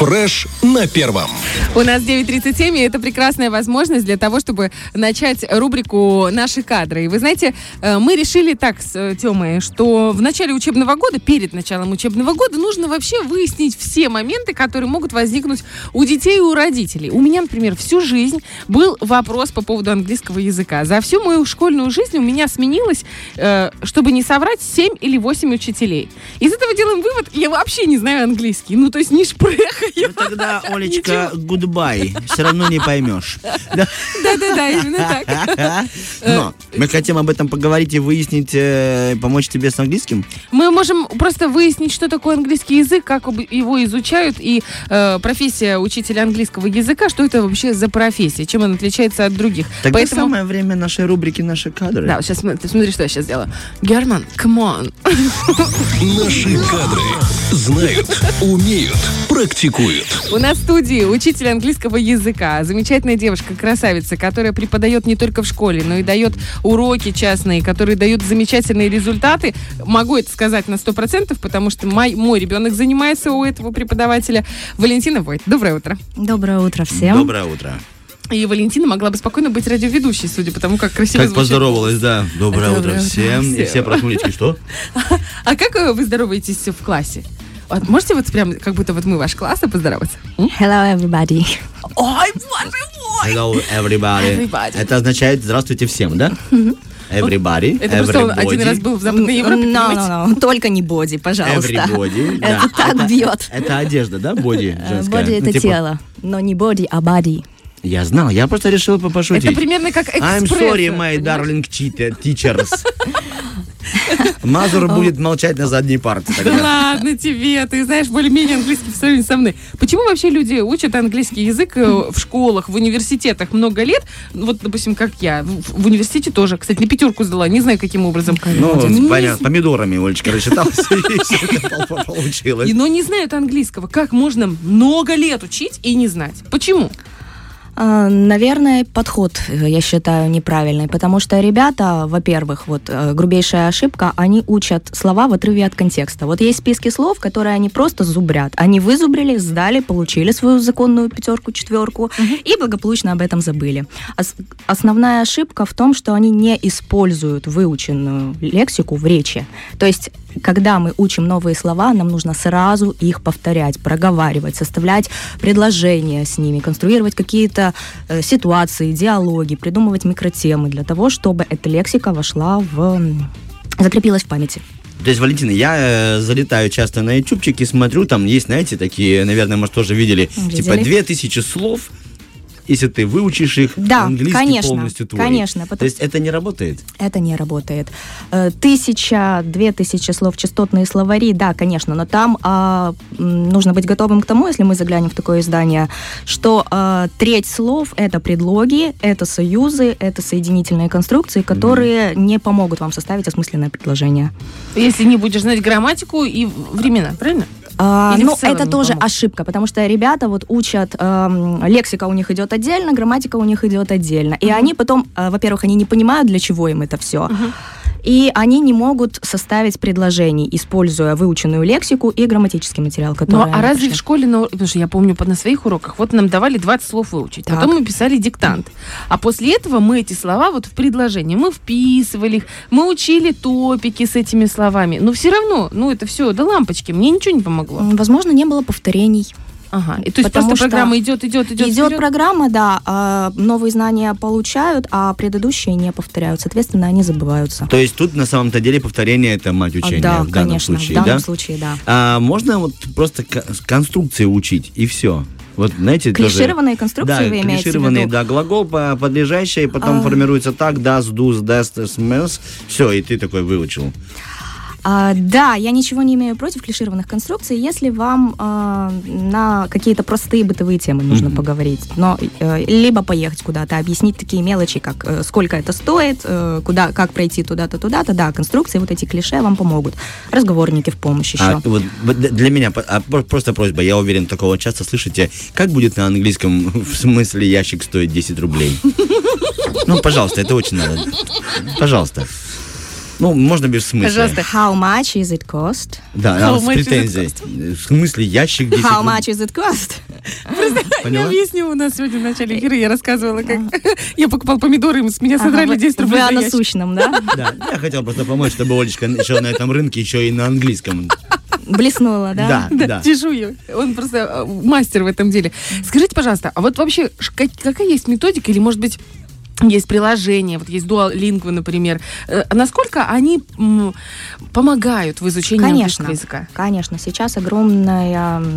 Фреш на первом. У нас 9:37, и это прекрасная возможность для того, чтобы начать рубрику «Наши кадры». И вы знаете, мы решили так с Тёмой, что в начале учебного года, перед началом учебного года, нужно вообще выяснить все моменты, которые могут возникнуть у детей и у родителей. У меня, например, всю жизнь был вопрос по поводу английского языка. За всю мою школьную жизнь у меня сменилось, чтобы не соврать, 7 или 8 учителей. Из этого делаем вывод, я вообще не знаю английский. Ну, то есть не шпрехаю. Ну тогда, Олечка, goodbye. Все равно не поймешь. Да-да-да, именно так. Но мы хотим об этом поговорить и выяснить, помочь тебе с английским. Мы можем просто выяснить, что такое английский язык, как его изучают, и профессия учителя английского языка, что это вообще за профессия, чем она отличается от других. Тогда Поэтому... самое время нашей рубрики «Наши кадры». Да, сейчас смотри, что я сейчас сделаю. Герман, come on. Наши кадры знают, умеют, практикуют. У нас в студии учитель английского языка, замечательная девушка, красавица, которая преподает не только в школе, но и дает уроки частные, которые дают замечательные результаты. Могу это сказать на 100%, потому что мой ребенок занимается у этого преподавателя. Валентина Войт. Доброе утро. Доброе утро всем. Доброе утро. И Валентина могла бы спокойно быть радиоведущей, судя по тому, как красиво Как звучит. поздоровалась, да. Доброе утро всем. И все проснулись. И что? А как вы здороваетесь в классе? Вот можете вот прям, как будто вот мы ваш класс, поздороваться? Hello, everybody. Ой, боже мой! Hello, everybody. Это означает «здравствуйте всем», да? Everybody. Это просто он один раз был в Западной Европе, понимаете? No. Только не боди, пожалуйста. Everybody. Это так бьет. Это одежда, да, боди женская? Боди это тело, но не боди, а body. Я знал, я просто решил пошутить. Это примерно как экспресс. I'm sorry, my darling teachers. Мазур будет молчать на задней парте. Да ладно тебе, ты знаешь более-менее английский по сравнению со мной. Почему вообще люди учат английский язык в школах, в университетах много лет? Вот, допустим, как я. В университете тоже. Кстати, на 5 сдала, не знаю, каким образом. Ну, понятно, помидорами Олечка рассчиталась, и все получилось. Но не знают английского. Как можно много лет учить и не знать? Почему? Наверное, подход, я считаю, неправильный, потому что ребята, во-первых, вот грубейшая ошибка, они учат слова в отрыве от контекста. Вот есть списки слов, которые они просто зубрят. Они вызубрили, сдали, получили свою законную 5, 4 и благополучно об этом забыли. Основная ошибка в том, что они не используют выученную лексику в речи. То есть когда мы учим новые слова, нам нужно сразу их повторять, проговаривать, составлять предложения с ними, конструировать какие-то ситуации, диалоги, придумывать микротемы для того, чтобы эта лексика закрепилась в памяти. То есть, Валентина, я залетаю часто на ютубчик и смотрю, там есть, знаете, такие, наверное, может, тоже видели, типа 2000 слов. Если ты выучишь их, да, английский конечно, полностью твой. Конечно. То есть это не работает? Это не работает. 1000-2000 слов, частотные словари, да, конечно, но там нужно быть готовым к тому, если мы заглянем в такое издание, что треть слов — это предлоги, это союзы, это соединительные конструкции, которые не помогут вам составить осмысленное предложение. Если не будешь знать грамматику и времена, правильно? Ну, это тоже ошибка, потому что ребята вот учат, лексика у них идет отдельно, грамматика у них идет отдельно. И они потом, во-первых, они не понимают, для чего им это все. И они не могут составить предложений, используя выученную лексику и грамматический материал, который... Ну, а разве в школе, потому что я помню на своих уроках, вот нам давали 20 слов выучить, так. Потом мы писали диктант. А после этого мы эти слова вот в предложение, мы вписывали их, мы учили топики с этими словами. Но все равно, это все до лампочки, мне ничего не помогло. Возможно, не было повторений. Ага. И то есть просто программа идет. Идет программа, да, новые знания получают, а предыдущие не повторяют. Соответственно, они забываются. То есть тут на самом-то деле повторение — это мать учения, да, в данном конечно, случае, в данном случае, да. А можно вот просто конструкции учить, и все? Вот, знаете, клишированные конструкции вы имеете в виду? Да, глагол подлежащий, потом формируется так, das, dus, das, smells, все, и ты такой выучил. Да, я ничего не имею против клишированных конструкций, если вам на какие-то простые бытовые темы нужно поговорить. Но либо поехать куда-то, объяснить такие мелочи, как сколько это стоит, как пройти туда-то, туда-то. Да, конструкции, вот эти клише вам помогут. Разговорники в помощь еще. Вот для меня просто просьба, я уверен, такого часто слышите. Как будет на английском в смысле ящик стоит 10 рублей? Ну, пожалуйста, это очень надо. Пожалуйста. Ну, можно без смысла. Пожалуйста. How much is it cost? Да, How с much is it претензией. В смысле, ящик 10 How рублей. much is it cost? Я Поняла? объясню, у нас сегодня в начале эфира я рассказывала, как я покупал помидоры, и с меня содрали 10 рублей Вы за о ящик. насущном, да? Да, я хотел просто помочь, чтобы Олечка еще на этом рынке еще и на английском. Блеснула, да? Да. Чешую. Он просто мастер в этом деле. Скажите, пожалуйста, а вот вообще какая есть методика, или, может быть, есть приложение, вот есть Duolingo, например. Насколько они помогают в изучении английского языка? Конечно. Сейчас огромный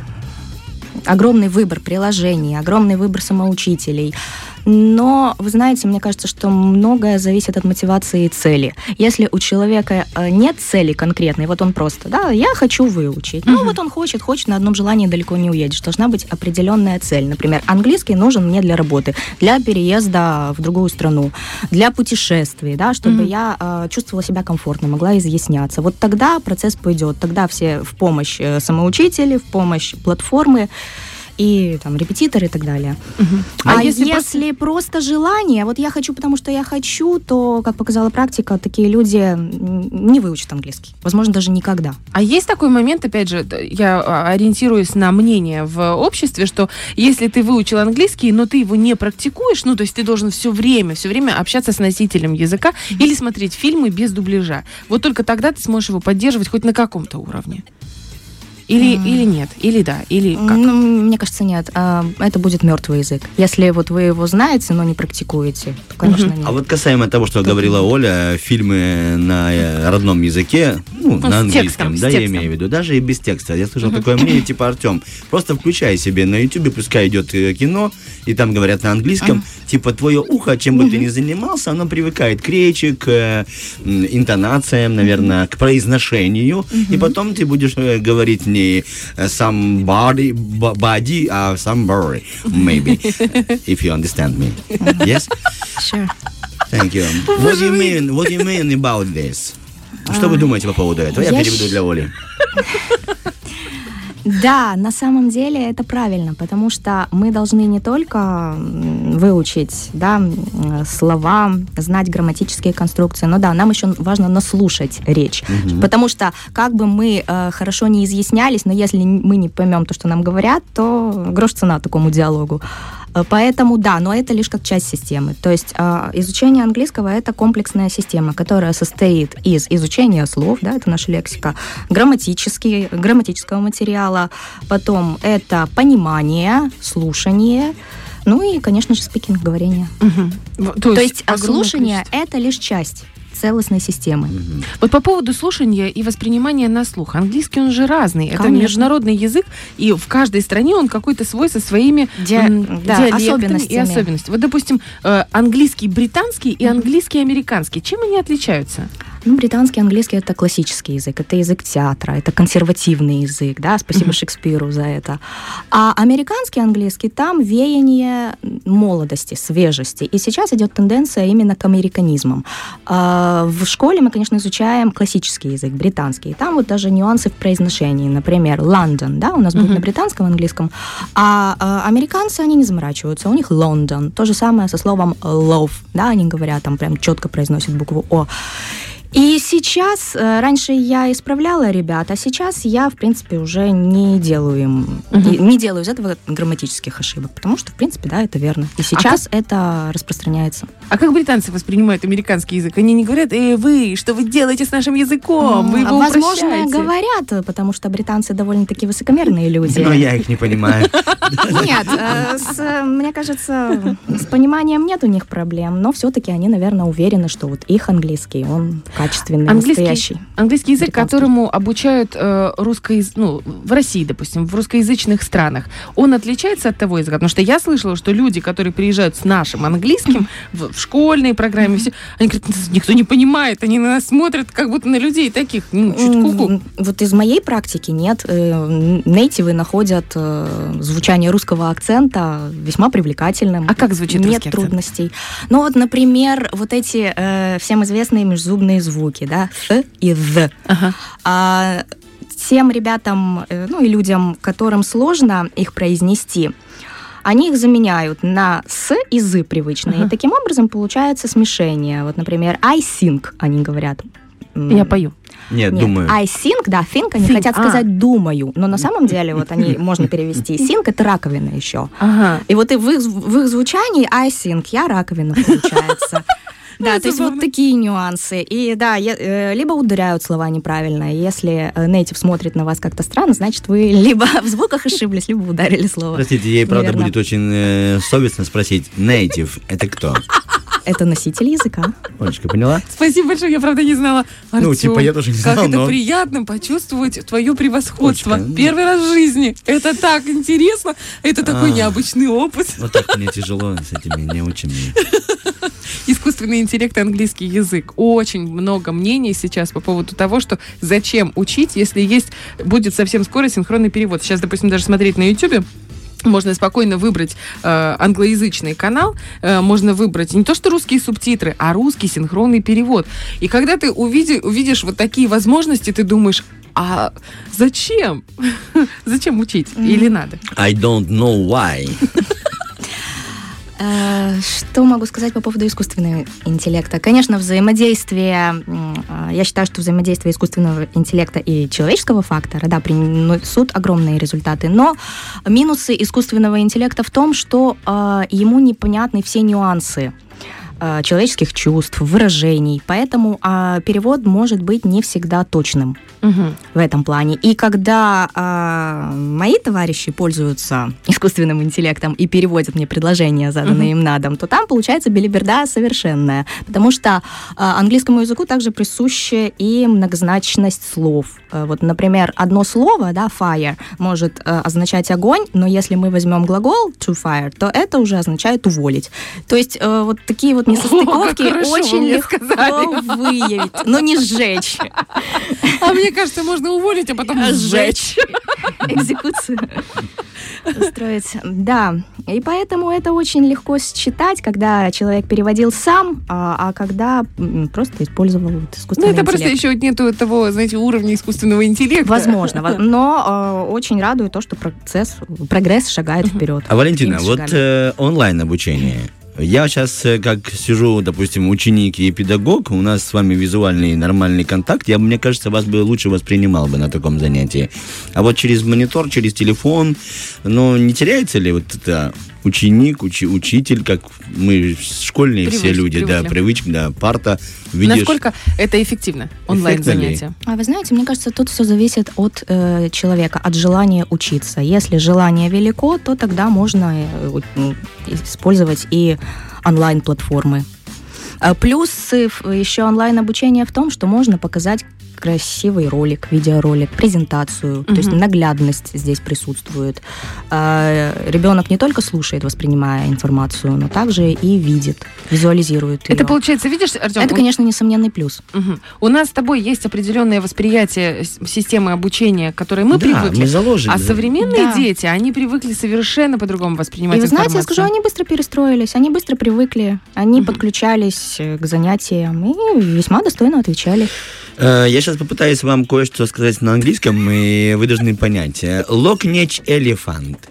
выбор приложений, огромный выбор самоучителей. Но, вы знаете, мне кажется, что многое зависит от мотивации и цели. Если у человека нет цели конкретной, вот он просто, да, я хочу выучить. Ну, вот он хочет, на одном желании далеко не уедешь. Должна быть определенная цель. Например, английский нужен мне для работы, для переезда в другую страну, для путешествий, да, чтобы я чувствовала себя комфортно, могла изъясняться. Вот тогда процесс пойдет, тогда все в помощь самоучители, в помощь платформы, и там репетиторы и так далее. А если просто желание, вот я хочу, потому что я хочу, то, как показала практика, такие люди не выучат английский. Возможно, даже никогда. А есть такой момент, опять же, я ориентируюсь на мнение в обществе, что если ты выучил английский, но ты его не практикуешь, ну, то есть ты должен все время общаться с носителем языка или смотреть фильмы без дубляжа. Вот только тогда ты сможешь его поддерживать хоть на каком-то уровне. Или нет, или да, или как? Ну, мне кажется, нет. Это будет мертвый язык. Если вот вы его знаете, но не практикуете, то, конечно, нет. А вот касаемо того, что говорила Оля, фильмы на родном языке, на английском, я имею в виду, даже и без текста. Я слышал такое мнение, типа, Артем, просто включай себе на YouTube, пускай идет кино, и там говорят на английском, типа, твое ухо, чем бы ты ни занимался, оно привыкает к речи, к интонациям, наверное, к произношению, и потом ты будешь говорить не somebody, а somebody, maybe, if you understand me. Yes? Sure. Thank you. What do you mean about this? Что вы думаете по поводу этого? Я переведу для Оли. Да, на самом деле это правильно, потому что мы должны не только выучить, да, слова, знать грамматические конструкции, но да, нам еще важно наслушать речь, потому что как бы мы хорошо не изъяснялись, но если мы не поймем то, что нам говорят, то грош цена такому диалогу. Поэтому да, но это лишь как часть системы. То есть изучение английского — это комплексная система, которая состоит из изучения слов, да, это наша лексика, грамматического материала, потом это понимание, слушание, ну и, конечно же, спикинг, говорение. То есть слушание — это лишь часть целостной системы. Вот по поводу слушания и воспринимания на слух. Английский, он же разный. Конечно. Это международный язык, и в каждой стране он какой-то свой со своими диалектами и особенностями. Вот, допустим, английский британский и английский американский. Чем они отличаются? Ну, британский английский — это классический язык, это язык театра, это консервативный язык, да, спасибо Шекспиру за это. А американский английский, там веяние молодости, свежести. И сейчас идет тенденция именно к американизмам. В школе мы, конечно, изучаем классический язык, британский. Там вот даже нюансы в произношении. Например, London, да, у нас будет на британском английском, а американцы, они не заморачиваются, у них London. То же самое со словом love, да, они говорят, там прям четко произносят букву О. И сейчас, раньше я исправляла ребят, а сейчас я, в принципе, уже не делаю из этого грамматических ошибок, потому что, в принципе, да, это верно. И сейчас это распространяется. А как британцы воспринимают американский язык? Они не говорят: вы, что вы делаете с нашим языком? Вы его возможно, упрощаете. говорят, потому что британцы довольно-таки высокомерные люди. Но я их не понимаю. Нет, мне кажется, с пониманием нет у них проблем, но все-таки они, наверное, уверены, что вот их английский, он качественный, настоящий. Английский язык, которому обучают в России, допустим, в русскоязычных странах, он отличается от того языка? Потому что я слышала, что люди, которые приезжают с нашим английским в школьной программе, все, они говорят, никто не понимает, они на нас смотрят, как будто на людей таких, чуть ку-ку. Вот из моей практики нет. Нейтивы находят звучание русского акцента весьма привлекательным. А как звучит русский акцент? Нет трудностей. Ну вот, например, вот эти всем известные межзубные звуки, да, «th» и «th». Тем ребятам, и людям, которым сложно их произнести, они их заменяют на «с» и «зы» привычные. И таким образом получается смешение. Вот, например, I think, они говорят. Я пою. Нет, думаю. I think, да, think, они хотят сказать «думаю», но на самом деле вот они, можно перевести, think — это раковина еще. И вот и в их звучании I think, я раковина, получается. Да, то есть вот такие нюансы. И да, либо ударяют слова неправильно. Если нейтив смотрит на вас как-то странно, значит, вы либо в звуках ошиблись, либо ударили слово. Простите, ей, правда, будет очень совестно спросить, нейтив — это кто? Это носитель языка. Олечка, поняла? Спасибо большое, я правда не знала. Артём, я тоже не знал, как это приятно почувствовать твое превосходство. Олечка, первый раз в жизни. Это так интересно. Это такой необычный опыт. Вот так мне тяжело с этими неучими. Искусственный интеллект и английский язык. Очень много мнений сейчас по поводу того, что зачем учить, если будет совсем скоро синхронный перевод. Сейчас, допустим, даже смотреть на YouTube можно спокойно выбрать англоязычный канал, можно выбрать не то что русские субтитры, а русский синхронный перевод. И когда ты увидишь вот такие возможности, ты думаешь, а зачем? Зачем учить? Или надо? I don't know why. Что могу сказать по поводу искусственного интеллекта? Конечно, взаимодействие, я считаю, что взаимодействие искусственного интеллекта и человеческого фактора, да, принесут огромные результаты, но минусы искусственного интеллекта в том, что ему непонятны все нюансы человеческих чувств, выражений, поэтому перевод может быть не всегда точным в этом плане. И когда мои товарищи пользуются искусственным интеллектом и переводят мне предложения, заданные им на дом, то там получается белиберда совершенная, потому что английскому языку также присуща и многозначность слов. Вот, например, одно слово, да, fire, может означать огонь, но если мы возьмем глагол to fire, то это уже означает уволить. То есть вот такие вот несостыковки очень легко выявить, но не сжечь. А мне кажется, можно уволить, а потом сжечь. Экзекуцию устроить. Да, и поэтому это очень легко считать, когда человек переводил сам, а когда просто использовал искусственный интеллект. Это просто еще нету того, знаете, уровня искусственного интеллекта. Возможно, но очень радует то, что прогресс шагает вперед. А, Валентина, вот онлайн-обучение. Я сейчас, как сижу, допустим, ученик и педагог, у нас с вами визуальный нормальный контакт, мне кажется, вас бы лучше воспринимал бы на таком занятии. А вот через монитор, через телефон, не теряется ли вот это ученик, учитель, как мы школьные все люди, да, привычка, да, парта. Видишь. Насколько это эффективно, онлайн-занятия? А вы знаете, мне кажется, тут все зависит от человека, от желания учиться. Если желание велико, то тогда можно использовать и онлайн-платформы. Плюс еще онлайн-обучение в том, что можно показать красивый ролик, видеоролик, презентацию, то есть наглядность здесь присутствует. Ребенок не только слушает, воспринимая информацию, но также и видит, визуализирует ее. Это получается, видишь, Артём? Это, конечно, несомненный плюс. У нас с тобой есть определенное восприятие системы обучения, к которой мы привыкли. Мы заложили. А современные дети, они привыкли совершенно по-другому воспринимать информацию. И вы знаете, я скажу, они быстро перестроились, они быстро привыкли, они подключались к занятиям и весьма достойно отвечали. Я сейчас попытаюсь вам кое-что сказать на английском, и вы должны понять. Локнеч элефант.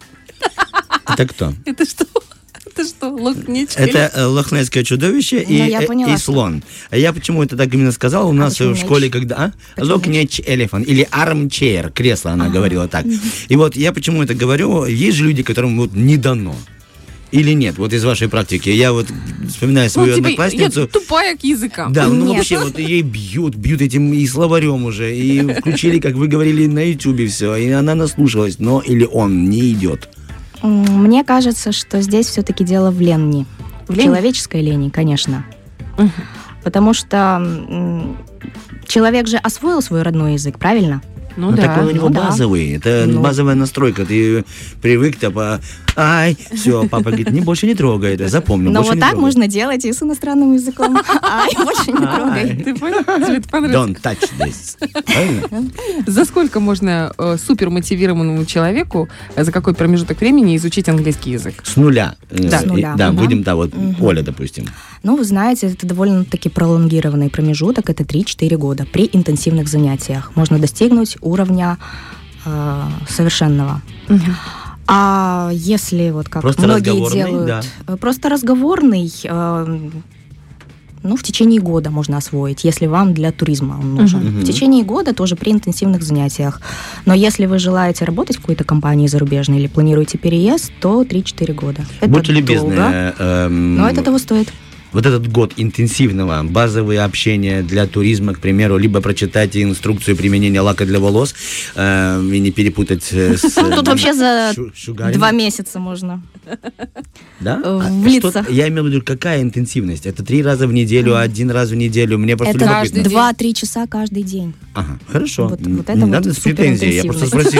Это кто? Это что? Это что? Локнеч? Это лохнесское чудовище и слон. Я почему это так именно сказал? У нас в школе, когда... Локнеч элефант. Или armchair, кресло, она говорила так. И вот я почему это говорю? Есть же люди, которым вот не дано. Или нет, вот из вашей практики. Я вот вспоминаю свою одноклассницу. Я тупая к языкам. Да, вообще вот ей бьют этим и словарем уже, и включили, как вы говорили, на YouTube все, и она наслушалась, но или он не идет. Мне кажется, что здесь все-таки дело в лени. В человеческой лени, конечно. Потому что человек же освоил свой родной язык, правильно? Ну да. Так он у него базовый. Это базовая настройка. Ты привык-то все, папа говорит, больше не трогай это, запомнил. Но вот так можно делать и с иностранным языком. Больше не трогай. Ты понял? Тебе это понравилось? Don't touch this. Правильно? За сколько можно супермотивированному человеку, за какой промежуток времени изучить английский язык? С нуля. Да, с нуля. Да, будем вот Оля, допустим. Вы знаете, это довольно-таки пролонгированный промежуток, это 3-4 года. При интенсивных занятиях можно достигнуть уровня совершенного. А если вот как просто многие делают, просто разговорный, в течение года можно освоить, если вам для туризма он нужен. В течение года тоже при интенсивных занятиях. Но если вы желаете работать в какой-то компании зарубежной или планируете переезд, то 3-4 года. Это будьте любезны. Но это того стоит. Вот этот год интенсивного, базовое общение для туризма, к примеру, либо прочитайте инструкцию применения лака для волос и не перепутать с... Тут вообще за 2 месяца можно влиться. Я имею в виду, какая интенсивность? Это 3 раза в неделю, 1 раз в неделю? Мне просто любопытно. Это 2-3 часа каждый день. Ага, хорошо. Вот это не надо с претензией, я просто спросил.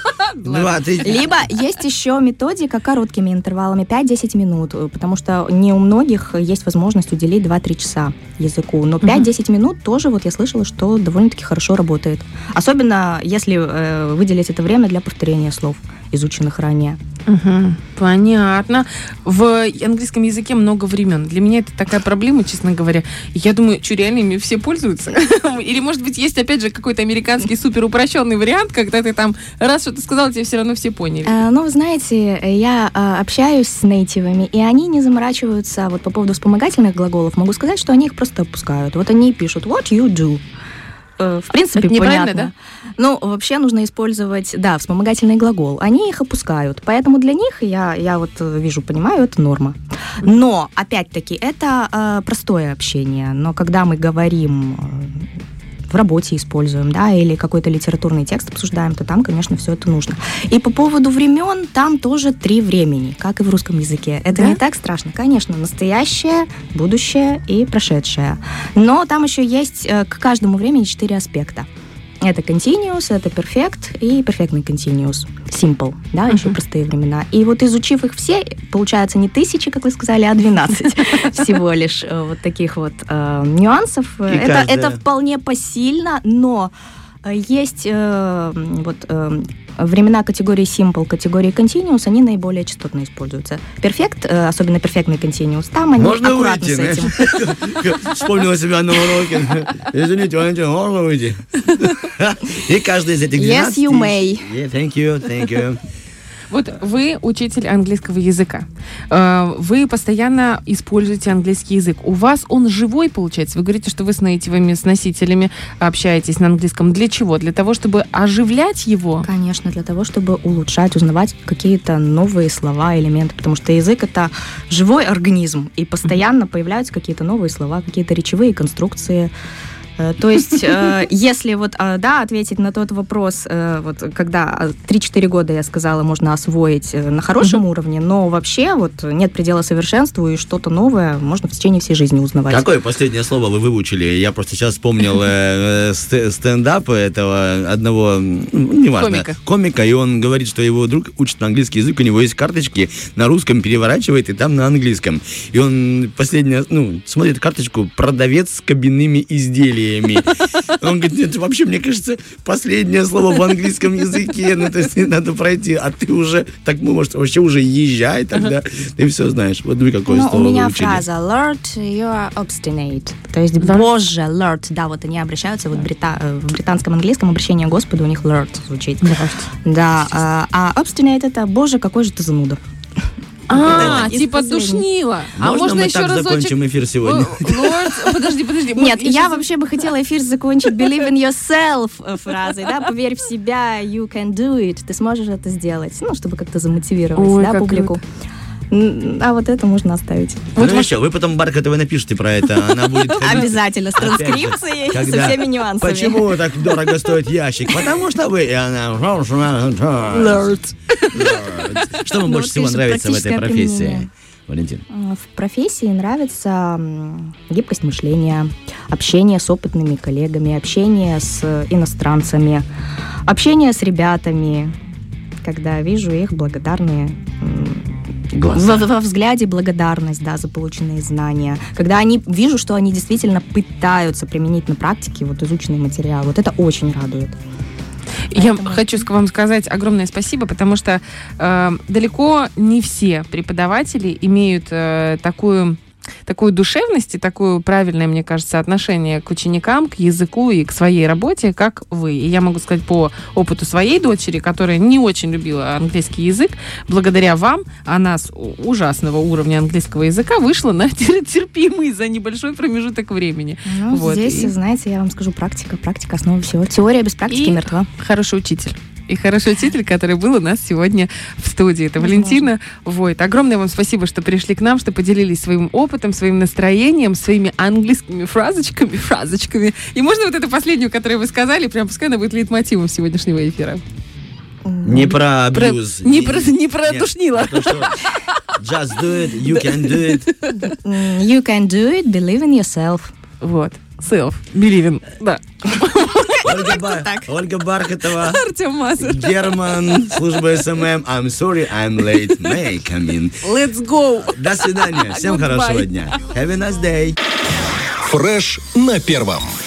Либо есть еще методика короткими интервалами, 5-10 минут, потому что не у многих есть возможность уделить 2-3 часа языку, но 5-10 минут тоже, вот я слышала, что довольно-таки хорошо работает. Особенно, если выделить это время для повторения слов, изученных ранее. Понятно. В английском языке много времен. Для меня это такая проблема, честно говоря. Я думаю, что реально ими все пользуются? Или, может быть, есть, опять же, какой-то американский супер упрощенный вариант, когда ты там раз что-то сказал, тебе все равно все поняли? Вы знаете, я общаюсь с нейтивами, и они не заморачиваются вот по поводу вспомогательных глаголов. Могу сказать, что они их просто опускают. Вот они пишут «what you do». В принципе, это понятно. Да? Ну, вообще нужно использовать, вспомогательный глагол. Они их опускают. Поэтому для них, я вот вижу, понимаю, это норма. Но, опять-таки, это простое общение. Но когда мы говорим в работе используем, или какой-то литературный текст обсуждаем, то там, конечно, все это нужно. И по поводу времен, там тоже 3 времени, как и в русском языке. Это не так страшно. Конечно, настоящее, будущее и прошедшее. Но там еще есть к каждому времени 4 аспекта. Это continuous, это perfect и perfectный continuous. Simple, еще простые времена. И вот изучив их все, получается не 1000, как вы сказали, а 12 всего лишь вот таких вот нюансов. Это вполне посильно, но есть времена категории simple, категории continuous, они наиболее частотно используются. Perfect, особенно perfectный continuous, там они аккуратно с этим. Вспомнила себя на уроке. Извините, Валентина, можно выйти? И каждый из этих 12... Yes, you may. Yeah, thank you. Вот вы учитель английского языка. Вы постоянно используете английский язык. У вас он живой, получается? Вы говорите, что вы с нейтивами, с носителями общаетесь на английском. Для чего? Для того, чтобы оживлять его? Конечно, для того, чтобы улучшать, узнавать какие-то новые слова, элементы. Потому что язык — это живой организм. И постоянно появляются какие-то новые слова, какие-то речевые конструкции. То есть, если ответить на тот вопрос, когда 3-4 года, я сказала, можно освоить на хорошем уровне, но вообще нет предела совершенству, и что-то новое можно в течение всей жизни узнавать. Какое последнее слово вы выучили? Я просто сейчас вспомнил стендап этого одного, неважно, комика, и он говорит, что его друг учит английский язык, у него есть карточки, на русском переворачивает, и там на английском. И он смотрит карточку «Продавец с кабинными изделиями». Он говорит, нет, вообще, мне кажется, последнее слово в английском языке, то есть надо пройти, а ты уже, так мы, может, вообще уже езжай тогда, ты все знаешь. Вот вы какое слово у меня выучили? фраза «Lord, you are obstinate». То есть, боже, Lord, они обращаются, в британском английском обращение к Господу у них Lord звучит. Да, а obstinate — это «боже, какой же ты зануда». Типа душнила. Можно мы еще так закончим эфир сегодня? Подожди. Нет, я вообще бы хотела эфир закончить «Believe in yourself» фразой, «Поверь в себя, you can do it», ты сможешь это сделать, чтобы как-то замотивировать публику. А вот это можно оставить. Вы потом Бархатовой напишите про это. Она будет обязательно с транскрипцией, со всеми нюансами. Почему так дорого стоит ящик? Потому что вы... И она... Lord. Что вам больше всего нравится в этой профессии, Валентин? В профессии нравится гибкость мышления, общение с опытными коллегами, общение с иностранцами, общение с ребятами, когда вижу их благодарные... Во взгляде благодарность, за полученные знания. Когда вижу, что они действительно пытаются применить на практике изученный материал. Это очень радует. Я хочу вам сказать огромное спасибо, потому что далеко не все преподаватели имеют такую такую душевность и такое правильное, мне кажется, отношение к ученикам, к языку и к своей работе, как вы. И я могу сказать по опыту своей дочери, которая не очень любила английский язык, благодаря вам она с ужасного уровня английского языка вышла на терпимый за небольшой промежуток времени. Ну, вот. Здесь, знаете, я вам скажу, практика основа всего. Теория без практики мертва. Хороший учитель. И хороший учитель, который был у нас сегодня в студии. Это Валентина Войт. Огромное вам спасибо, что пришли к нам, что поделились своим опытом, своим настроением, своими английскими фразочками. И можно вот эту последнюю, которую вы сказали, прям пускай она будет лейтмотивом сегодняшнего эфира. Не про абьюз. Не про душнило. Just do it, you can do it. You can do it, believe in yourself. Вот. Self, believe in. Да. Ольга Бархатова, Артем Мазур, Герман, служба СММ. I'm sorry, I'm late. May I come in? Let's go. До свидания. Всем хорошего дня. Have a nice day. Фреш на первом.